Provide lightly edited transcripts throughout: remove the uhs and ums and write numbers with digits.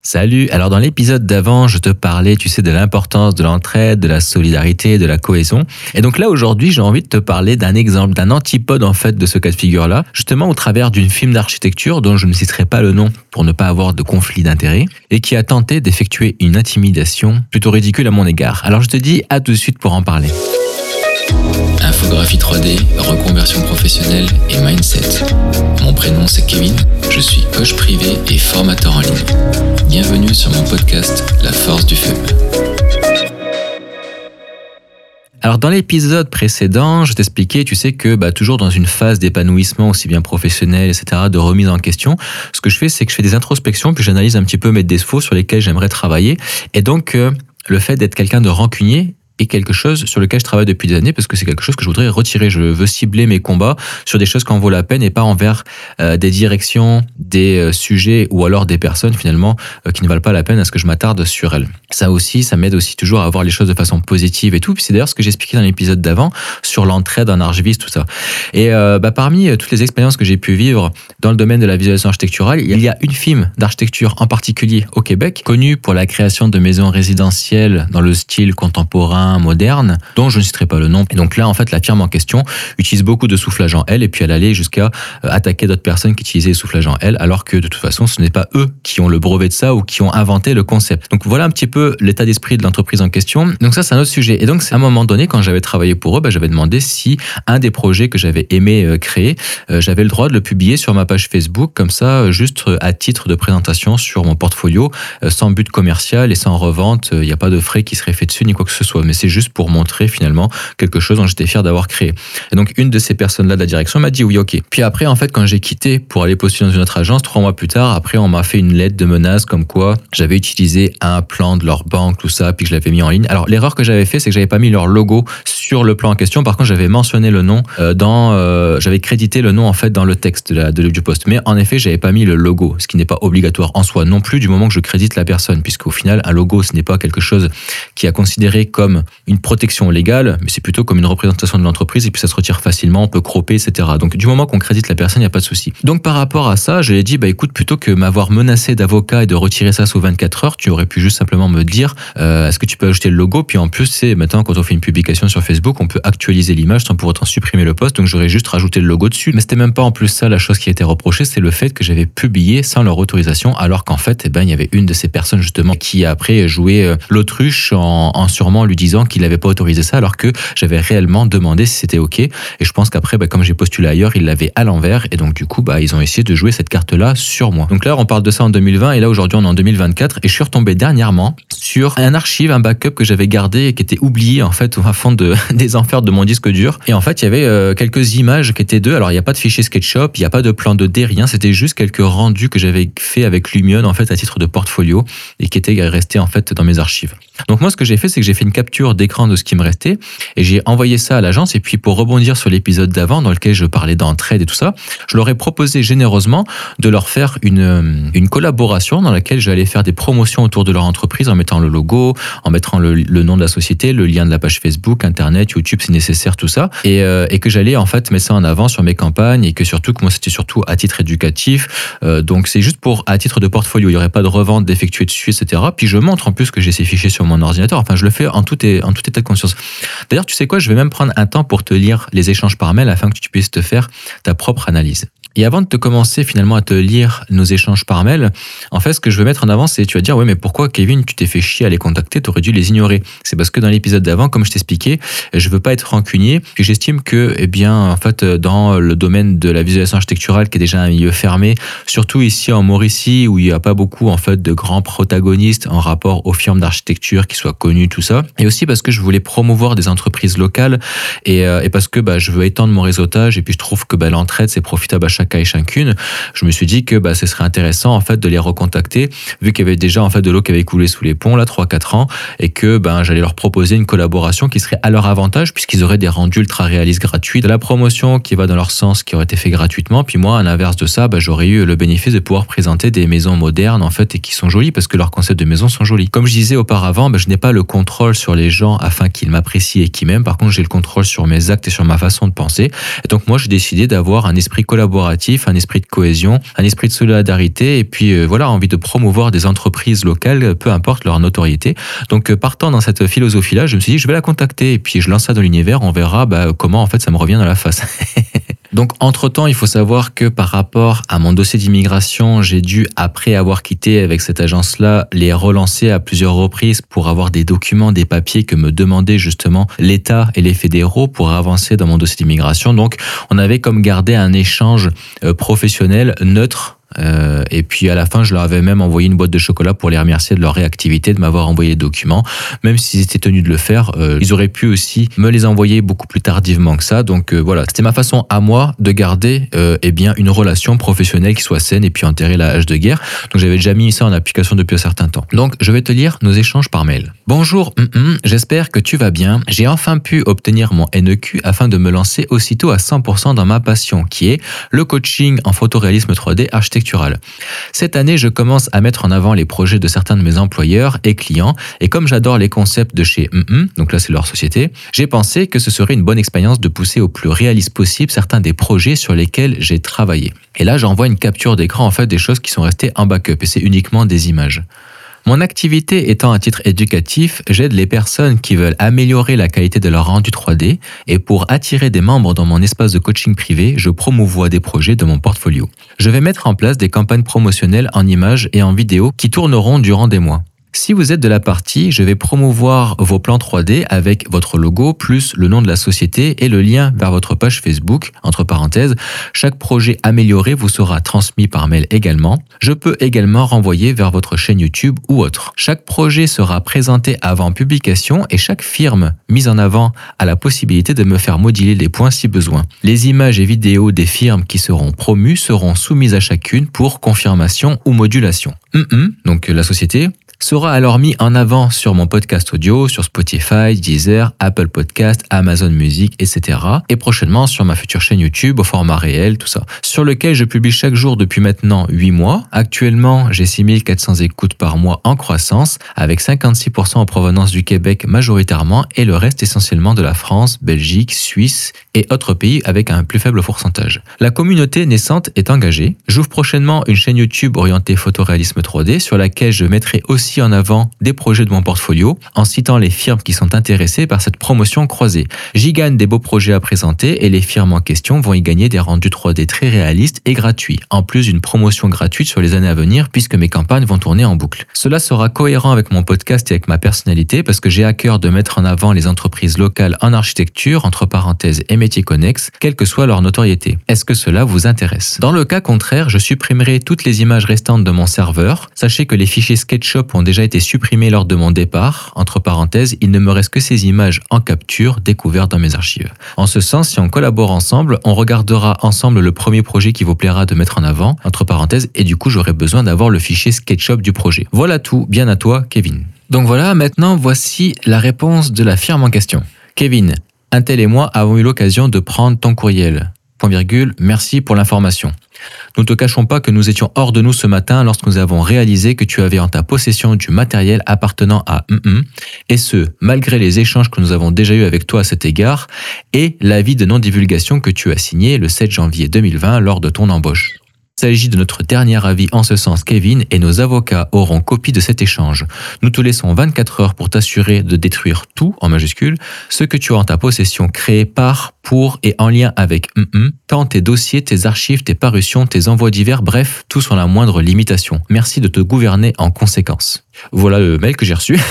Salut, alors dans l'épisode d'avant, je te parlais, de l'importance de l'entraide, de la solidarité, de la cohésion. Et donc là, aujourd'hui, j'ai envie de te parler d'un exemple, d'un antipode en fait de ce cas de figure-là, justement au travers d'une film d'architecture dont je ne citerai pas le nom pour ne pas avoir de conflit d'intérêts, et qui a tenté d'effectuer une intimidation plutôt ridicule à mon égard. Alors je te dis à tout de suite pour en parler. Infographie 3D, reconversion professionnelle et mindset. Mon prénom c'est Kevin, je suis coach privé et formateur en ligne. Bienvenue sur mon podcast La Force du FEM. Alors dans l'épisode précédent, je t'expliquais, que toujours dans une phase d'épanouissement aussi bien professionnel, etc., de remise en question, ce que je fais, c'est que je fais des introspections, puis j'analyse un petit peu mes défauts sur lesquels j'aimerais travailler. Et donc, le fait d'être quelqu'un de rancunier est quelque chose sur lequel je travaille depuis des années parce que c'est quelque chose que je voudrais retirer. Je veux cibler mes combats sur des choses qui en vaut la peine et pas envers des directions, des sujets ou alors des personnes finalement qui ne valent pas la peine à ce que je m'attarde sur elles. Ça aussi, ça m'aide aussi toujours à voir les choses de façon positive et tout. Puis c'est d'ailleurs ce que j'expliquais dans l'épisode d'avant sur l'entraide en archiviste, tout ça. Et parmi toutes les expériences que j'ai pu vivre dans le domaine de la visualisation architecturale, il y a une firme d'architecture en particulier au Québec, connue pour la création de maisons résidentielles dans le style contemporain, moderne, dont je ne citerai pas le nom. Et donc là, en fait, la firme en question utilise beaucoup de soufflage en L et puis elle allait jusqu'à attaquer d'autres personnes qui utilisaient le soufflage en L, alors que de toute façon, ce n'est pas eux qui ont le brevet de ça ou qui ont inventé le concept. Donc voilà un petit peu l'état d'esprit de l'entreprise en question. Donc ça, c'est un autre sujet. Et donc, à un moment donné, quand j'avais travaillé pour eux, j'avais demandé si un des projets que j'avais aimé créer, j'avais le droit de le publier sur ma page Facebook, comme ça, juste à titre de présentation sur mon portfolio, sans but commercial et sans revente. Il n'y a pas de frais qui seraient faits dessus ni quoi que ce soit. Mais c'est juste pour montrer finalement quelque chose dont j'étais fier d'avoir créé. Et donc une de ces personnes-là de la direction m'a dit oui, ok. Puis après, en fait, quand j'ai quitté pour aller postuler dans une autre agence, 3 mois plus tard, après on m'a fait une lettre de menace comme quoi j'avais utilisé un plan de leur banque, tout ça, puis que je l'avais mis en ligne. Alors l'erreur que j'avais fait, c'est que j'avais pas mis leur logo sur le plan en question. Par contre, j'avais mentionné le nom j'avais crédité le nom en fait dans le texte du post. Mais en effet, j'avais pas mis le logo, ce qui n'est pas obligatoire en soi non plus du moment que je crédite la personne, puisqu'au final, un logo, ce n'est pas quelque chose qui est considéré comme une protection légale, mais c'est plutôt comme une représentation de l'entreprise et puis ça se retire facilement, on peut cropper, etc. Donc du moment qu'on crédite la personne, il n'y a pas de souci. Donc par rapport à ça, je lui ai dit, écoute, plutôt que m'avoir menacé d'avocat et de retirer ça sous 24 heures, tu aurais pu juste simplement me dire, est-ce que tu peux ajouter le logo? Puis en plus, c'est maintenant quand on fait une publication sur Facebook, on peut actualiser l'image sans pour autant supprimer le post, donc j'aurais juste rajouté le logo dessus. Mais c'était même pas en plus ça la chose qui a été reprochée, c'est le fait que j'avais publié sans leur autorisation, alors qu'en fait, il y avait une de ces personnes justement qui a après joué l'autruche en sûrement lui disant qu'il n'avait pas autorisé ça alors que j'avais réellement demandé si c'était ok. Et je pense qu'après, comme j'ai postulé ailleurs, ils l'avaient à l'envers et donc du coup, ils ont essayé de jouer cette carte-là sur moi. Donc là, on parle de ça en 2020 et là aujourd'hui, on est en 2024 et je suis retombé dernièrement sur un archive, un backup que j'avais gardé et qui était oublié en fait au fond des enfers de mon disque dur. Et en fait, il y avait quelques images qui étaient d'eux. Alors, il n'y a pas de fichier SketchUp, il n'y a pas de plan 2D, rien. C'était juste quelques rendus que j'avais fait avec Lumion en fait à titre de portfolio et qui étaient restés en fait dans mes archives. Donc moi, ce que j'ai fait, c'est que j'ai fait une capture d'écran de ce qui me restait et j'ai envoyé ça à l'agence. Et puis pour rebondir sur l'épisode d'avant dans lequel je parlais d'entraide et tout ça, je leur ai proposé généreusement de leur faire une collaboration dans laquelle j'allais faire des promotions autour de leur entreprise en mettant le logo, en mettant le nom de la société, le lien de la page Facebook, Internet, YouTube si nécessaire, tout ça. Et que j'allais en fait mettre ça en avant sur mes campagnes et que surtout que moi c'était surtout à titre éducatif. Donc c'est juste à titre de portfolio. Il n'y aurait pas de revente d'effectuer dessus, etc. Puis je montre en plus que j'ai ces fichiers sur mon ordinateur. Enfin, je le fais en tout état de conscience. D'ailleurs, tu sais quoi, je vais même prendre un temps pour te lire les échanges par mail afin que tu puisses te faire ta propre analyse. Et avant de te commencer finalement à te lire nos échanges par mail, en fait, ce que je veux mettre en avant, c'est tu vas dire, ouais, mais pourquoi Kevin, tu t'es fait chier à les contacter, t'aurais dû les ignorer. C'est parce que dans l'épisode d'avant, comme je t'expliquais, je veux pas être rancunier, puis j'estime que, en fait, dans le domaine de la visualisation architecturale, qui est déjà un milieu fermé, surtout ici en Mauricie, où il y a pas beaucoup, en fait, de grands protagonistes en rapport aux firmes d'architecture qui soient connues, tout ça. Et aussi parce que je voulais promouvoir des entreprises locales et parce que, je veux étendre mon réseautage et puis je trouve que, l'entraide, c'est profitable à chaque cas et chacune, je me suis dit que ce serait intéressant en fait de les recontacter vu qu'il y avait déjà en fait de l'eau qui avait coulé sous les ponts là 3-4 ans et que j'allais leur proposer une collaboration qui serait à leur avantage puisqu'ils auraient des rendus ultra réalistes gratuits, de la promotion qui va dans leur sens qui aurait été fait gratuitement, puis moi à l'inverse de ça j'aurais eu le bénéfice de pouvoir présenter des maisons modernes en fait et qui sont jolies parce que leurs concepts de maison sont jolis. Comme je disais auparavant, je n'ai pas le contrôle sur les gens afin qu'ils m'apprécient et qu'ils m'aiment. Par contre, j'ai le contrôle sur mes actes et sur ma façon de penser. Et donc moi j'ai décidé d'avoir un esprit collaboratif collaboratif, un esprit de cohésion, un esprit de solidarité et puis envie de promouvoir des entreprises locales, peu importe leur notoriété. Donc partant dans cette philosophie-là, je me suis dit je vais la contacter et puis je lance ça dans l'univers, on verra comment en fait ça me revient dans la face. Donc, entre-temps, il faut savoir que par rapport à mon dossier d'immigration, j'ai dû, après avoir quitté avec cette agence-là, les relancer à plusieurs reprises pour avoir des documents, des papiers que me demandaient justement l'État et les fédéraux pour avancer dans mon dossier d'immigration. Donc, on avait comme gardé un échange professionnel neutre. Et puis à la fin, je leur avais même envoyé une boîte de chocolat pour les remercier de leur réactivité, de m'avoir envoyé les documents. Même s'ils étaient tenus de le faire, ils auraient pu aussi me les envoyer beaucoup plus tardivement que ça. Donc voilà, c'était ma façon à moi de garder une relation professionnelle qui soit saine et puis enterrer la hache de guerre. Donc j'avais déjà mis ça en application depuis un certain temps. Donc je vais te lire nos échanges par mail. Bonjour, j'espère que tu vas bien. J'ai enfin pu obtenir mon NEQ afin de me lancer aussitôt à 100% dans ma passion qui est le coaching en photoréalisme 3D architectural. Cette année, je commence à mettre en avant les projets de certains de mes employeurs et clients et comme j'adore les concepts de chez donc là c'est leur société, j'ai pensé que ce serait une bonne expérience de pousser au plus réaliste possible certains des projets sur lesquels j'ai travaillé. Et là, j'envoie une capture d'écran en fait des choses qui sont restées en backup et c'est uniquement des images. Mon activité étant à titre éducatif, j'aide les personnes qui veulent améliorer la qualité de leur rendu 3D et pour attirer des membres dans mon espace de coaching privé, je promouvois des projets de mon portfolio. Je vais mettre en place des campagnes promotionnelles en images et en vidéo qui tourneront durant des mois. Si vous êtes de la partie, je vais promouvoir vos plans 3D avec votre logo plus le nom de la société et le lien vers votre page Facebook. Entre parenthèses, chaque projet amélioré vous sera transmis par mail également. Je peux également renvoyer vers votre chaîne YouTube ou autre. Chaque projet sera présenté avant publication et chaque firme mise en avant a la possibilité de me faire moduler les points si besoin. Les images et vidéos des firmes qui seront promues seront soumises à chacune pour confirmation ou modulation. Donc la société sera alors mis en avant sur mon podcast audio, sur Spotify, Deezer, Apple Podcast, Amazon Music, etc. Et prochainement sur ma future chaîne YouTube au format réel, tout ça, sur lequel je publie chaque jour depuis maintenant 8 mois. Actuellement, j'ai 6400 écoutes par mois en croissance, avec 56% en provenance du Québec majoritairement et le reste essentiellement de la France, Belgique, Suisse et autres pays avec un plus faible pourcentage. La communauté naissante est engagée. J'ouvre prochainement une chaîne YouTube orientée photoréalisme 3D sur laquelle je mettrai aussi en avant des projets de mon portfolio en citant les firmes qui sont intéressées par cette promotion croisée. J'y gagne des beaux projets à présenter et les firmes en question vont y gagner des rendus 3D très réalistes et gratuits, en plus d'une promotion gratuite sur les années à venir puisque mes campagnes vont tourner en boucle. Cela sera cohérent avec mon podcast et avec ma personnalité parce que j'ai à cœur de mettre en avant les entreprises locales en architecture, entre parenthèses et métiers connexes, quelle que soit leur notoriété. Est-ce que cela vous intéresse? Dans le cas contraire, je supprimerai toutes les images restantes de mon serveur. Sachez que les fichiers SketchUp ont déjà été supprimés lors de mon départ. Entre parenthèses, il ne me reste que ces images en capture découvertes dans mes archives. En ce sens, si on collabore ensemble, on regardera ensemble le premier projet qui vous plaira de mettre en avant, entre parenthèses, et du coup, j'aurai besoin d'avoir le fichier SketchUp du projet. Voilà tout, bien à toi, Kevin. Donc voilà, maintenant, voici la réponse de la firme en question. Kevin, un tel et moi avons eu l'occasion de prendre ton courriel. Merci pour l'information. Nous ne te cachons pas que nous étions hors de nous ce matin lorsque nous avons réalisé que tu avais en ta possession du matériel appartenant à et ce, malgré les échanges que nous avons déjà eus avec toi à cet égard et l'avis de non-divulgation que tu as signé le 7 janvier 2020 lors de ton embauche. Il s'agit de notre dernier avis en ce sens, Kevin, et nos avocats auront copie de cet échange. Nous te laissons 24 heures pour t'assurer de détruire tout, en majuscule, ce que tu as en ta possession créé par, pour et en lien avec tant tes dossiers, tes archives, tes parutions, tes envois divers, bref, tout sans la moindre limitation. Merci de te gouverner en conséquence. Voilà le mail que j'ai reçu.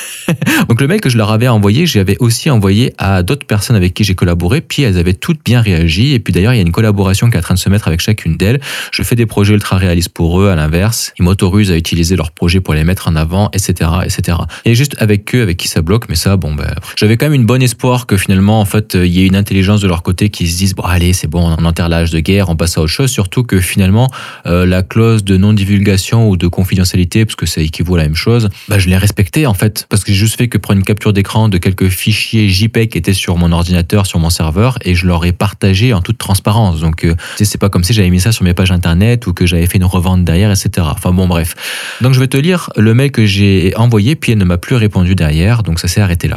Donc le mail que je leur avais envoyé, j'avais aussi envoyé à d'autres personnes avec qui j'ai collaboré, puis elles avaient toutes bien réagi, et puis d'ailleurs il y a une collaboration qui est en train de se mettre avec chacune d'elles. Je fais des projets ultra réalistes pour eux, à l'inverse, ils m'autorisent à utiliser leurs projets pour les mettre en avant, etc., etc. Et juste avec eux, avec qui ça bloque, mais ça, j'avais quand même une bonne espoir que finalement, en fait, il y ait une intelligence de leur côté qui se dise, bon allez, c'est bon, on enterre l'âge de guerre, on passe à autre chose, surtout que finalement, la clause de non-divulgation ou de confidentialité, parce que ça équivaut à la même chose, je l'ai respectée en fait, parce que j'ai juste fait que prendre une capture d'écran de quelques fichiers JPEG qui étaient sur mon ordinateur, sur mon serveur, et je leur ai partagé en toute transparence. Donc, c'est pas comme si j'avais mis ça sur mes pages internet ou que j'avais fait une revente derrière, etc. Enfin bon, bref. Donc, je vais te lire le mail que j'ai envoyé, puis elle ne m'a plus répondu derrière, donc ça s'est arrêté là.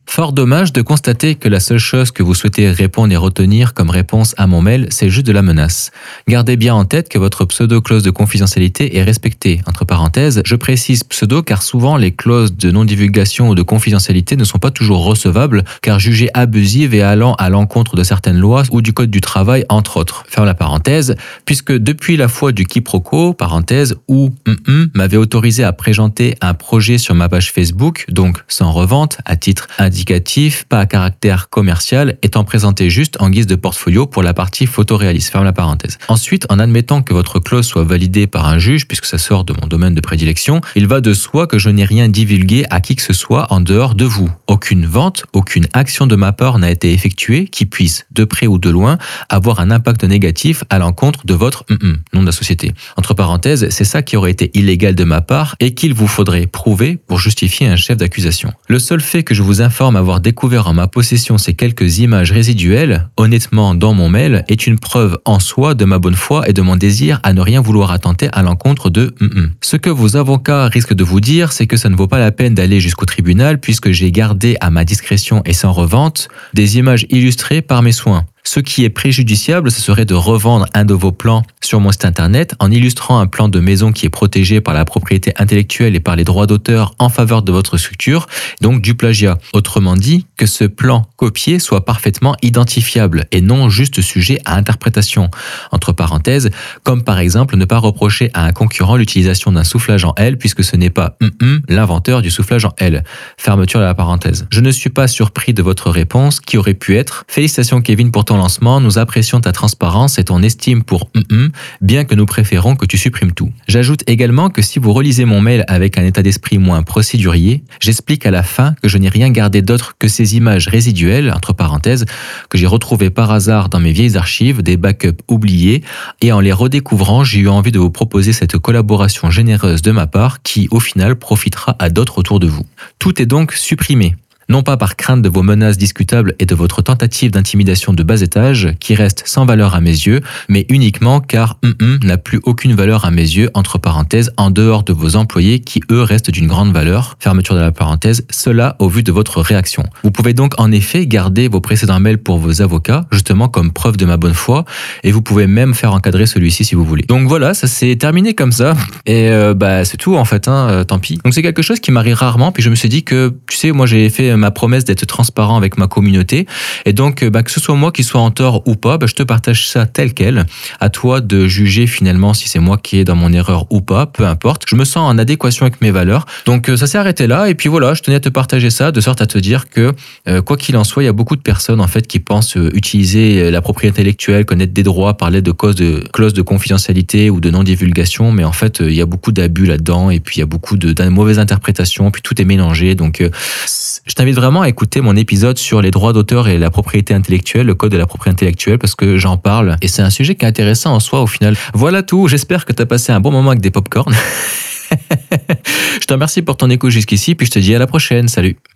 Fort dommage de constater que la seule chose que vous souhaitez répondre et retenir comme réponse à mon mail, c'est juste de la menace. Gardez bien en tête que votre pseudo-clause de confidentialité est respectée. Entre parenthèses, je précise pseudo car souvent les clauses de non-divulgation ou de confidentialité ne sont pas toujours recevables car jugées abusives et allant à l'encontre de certaines lois ou du code du travail, entre autres. Ferme la parenthèse, puisque depuis la fois du quiproquo, parenthèse, où m'avait autorisé à présenter un projet sur ma page Facebook, donc sans revente, à titre indicatif, pas à caractère commercial, étant présenté juste en guise de portfolio pour la partie photoréaliste. Ferme la parenthèse. Ensuite, en admettant que votre clause soit validée par un juge, puisque ça sort de mon domaine de prédilection, il va de soi que je n'ai rien divulgué à qui que ce soit en dehors de vous. Aucune vente, aucune action de ma part n'a été effectuée qui puisse, de près ou de loin, avoir un impact négatif à l'encontre de votre nom de la société. Entre parenthèses, c'est ça qui aurait été illégal de ma part et qu'il vous faudrait prouver pour justifier un chef d'accusation. Le seul fait que je vous informe avoir découvert en ma possession ces quelques images résiduelles, honnêtement dans mon mail, est une preuve en soi de ma bonne foi et de mon désir à ne rien vouloir attenter à l'encontre de Ce que vos avocats risquent de vous dire, c'est que ça ne vaut pas la peine d'aller jusqu'au tribunal puisque j'ai gardé à ma discrétion et sans revente des images illustrées par mes soins. Ce qui est préjudiciable, ce serait de revendre un de vos plans sur mon site internet en illustrant un plan de maison qui est protégé par la propriété intellectuelle et par les droits d'auteur en faveur de votre structure, donc du plagiat. Autrement dit, que ce plan copié soit parfaitement identifiable et non juste sujet à interprétation. Entre parenthèses, comme par exemple ne pas reprocher à un concurrent l'utilisation d'un soufflage en L puisque ce n'est pas l'inventeur du soufflage en L. Fermeture de la parenthèse. Je ne suis pas surpris de votre réponse qui aurait pu être « Félicitations Kevin pour ton lancement, nous apprécions ta transparence et ton estime pour bien que nous préférons que tu supprimes tout. » J'ajoute également que si vous relisez mon mail avec un état d'esprit moins procédurier, j'explique à la fin que je n'ai rien gardé d'autre que ces images résiduelles, entre parenthèses, que j'ai retrouvées par hasard dans mes vieilles archives, des backups oubliés, et en les redécouvrant, j'ai eu envie de vous proposer cette collaboration généreuse de ma part qui, au final, profitera à d'autres autour de vous. Tout est donc supprimé. Non pas par crainte de vos menaces discutables et de votre tentative d'intimidation de bas étage, qui reste sans valeur à mes yeux, mais uniquement car n'a plus aucune valeur à mes yeux, entre parenthèses, en dehors de vos employés qui, eux, restent d'une grande valeur, fermeture de la parenthèse, cela au vu de votre réaction. Vous pouvez donc en effet garder vos précédents mails pour vos avocats, justement comme preuve de ma bonne foi, et vous pouvez même faire encadrer celui-ci si vous voulez. Donc voilà, ça s'est terminé comme ça, et c'est tout en fait, tant pis. Donc c'est quelque chose qui m'arrive rarement, puis je me suis dit que, tu sais, moi j'ai fait ma promesse d'être transparent avec ma communauté et donc que ce soit moi qui soit en tort ou pas, je te partage ça tel quel, à toi de juger finalement si c'est moi qui est dans mon erreur ou pas, peu importe, je me sens en adéquation avec mes valeurs, donc ça s'est arrêté là et puis voilà, je tenais à te partager ça de sorte à te dire que quoi qu'il en soit, il y a beaucoup de personnes en fait qui pensent utiliser la propriété intellectuelle, connaître des droits, parler de clauses de confidentialité ou de non-divulgation, mais en fait il y a beaucoup d'abus là-dedans et puis il y a beaucoup de mauvaises interprétations, puis tout est mélangé, donc je t'invite vraiment à écouter mon épisode sur les droits d'auteur et la propriété intellectuelle, le code de la propriété intellectuelle, parce que j'en parle et c'est un sujet qui est intéressant en soi au final. Voilà tout, j'espère que tu as passé un bon moment avec des pop-corn. Je te remercie pour ton écoute jusqu'ici, puis je te dis à la prochaine, salut.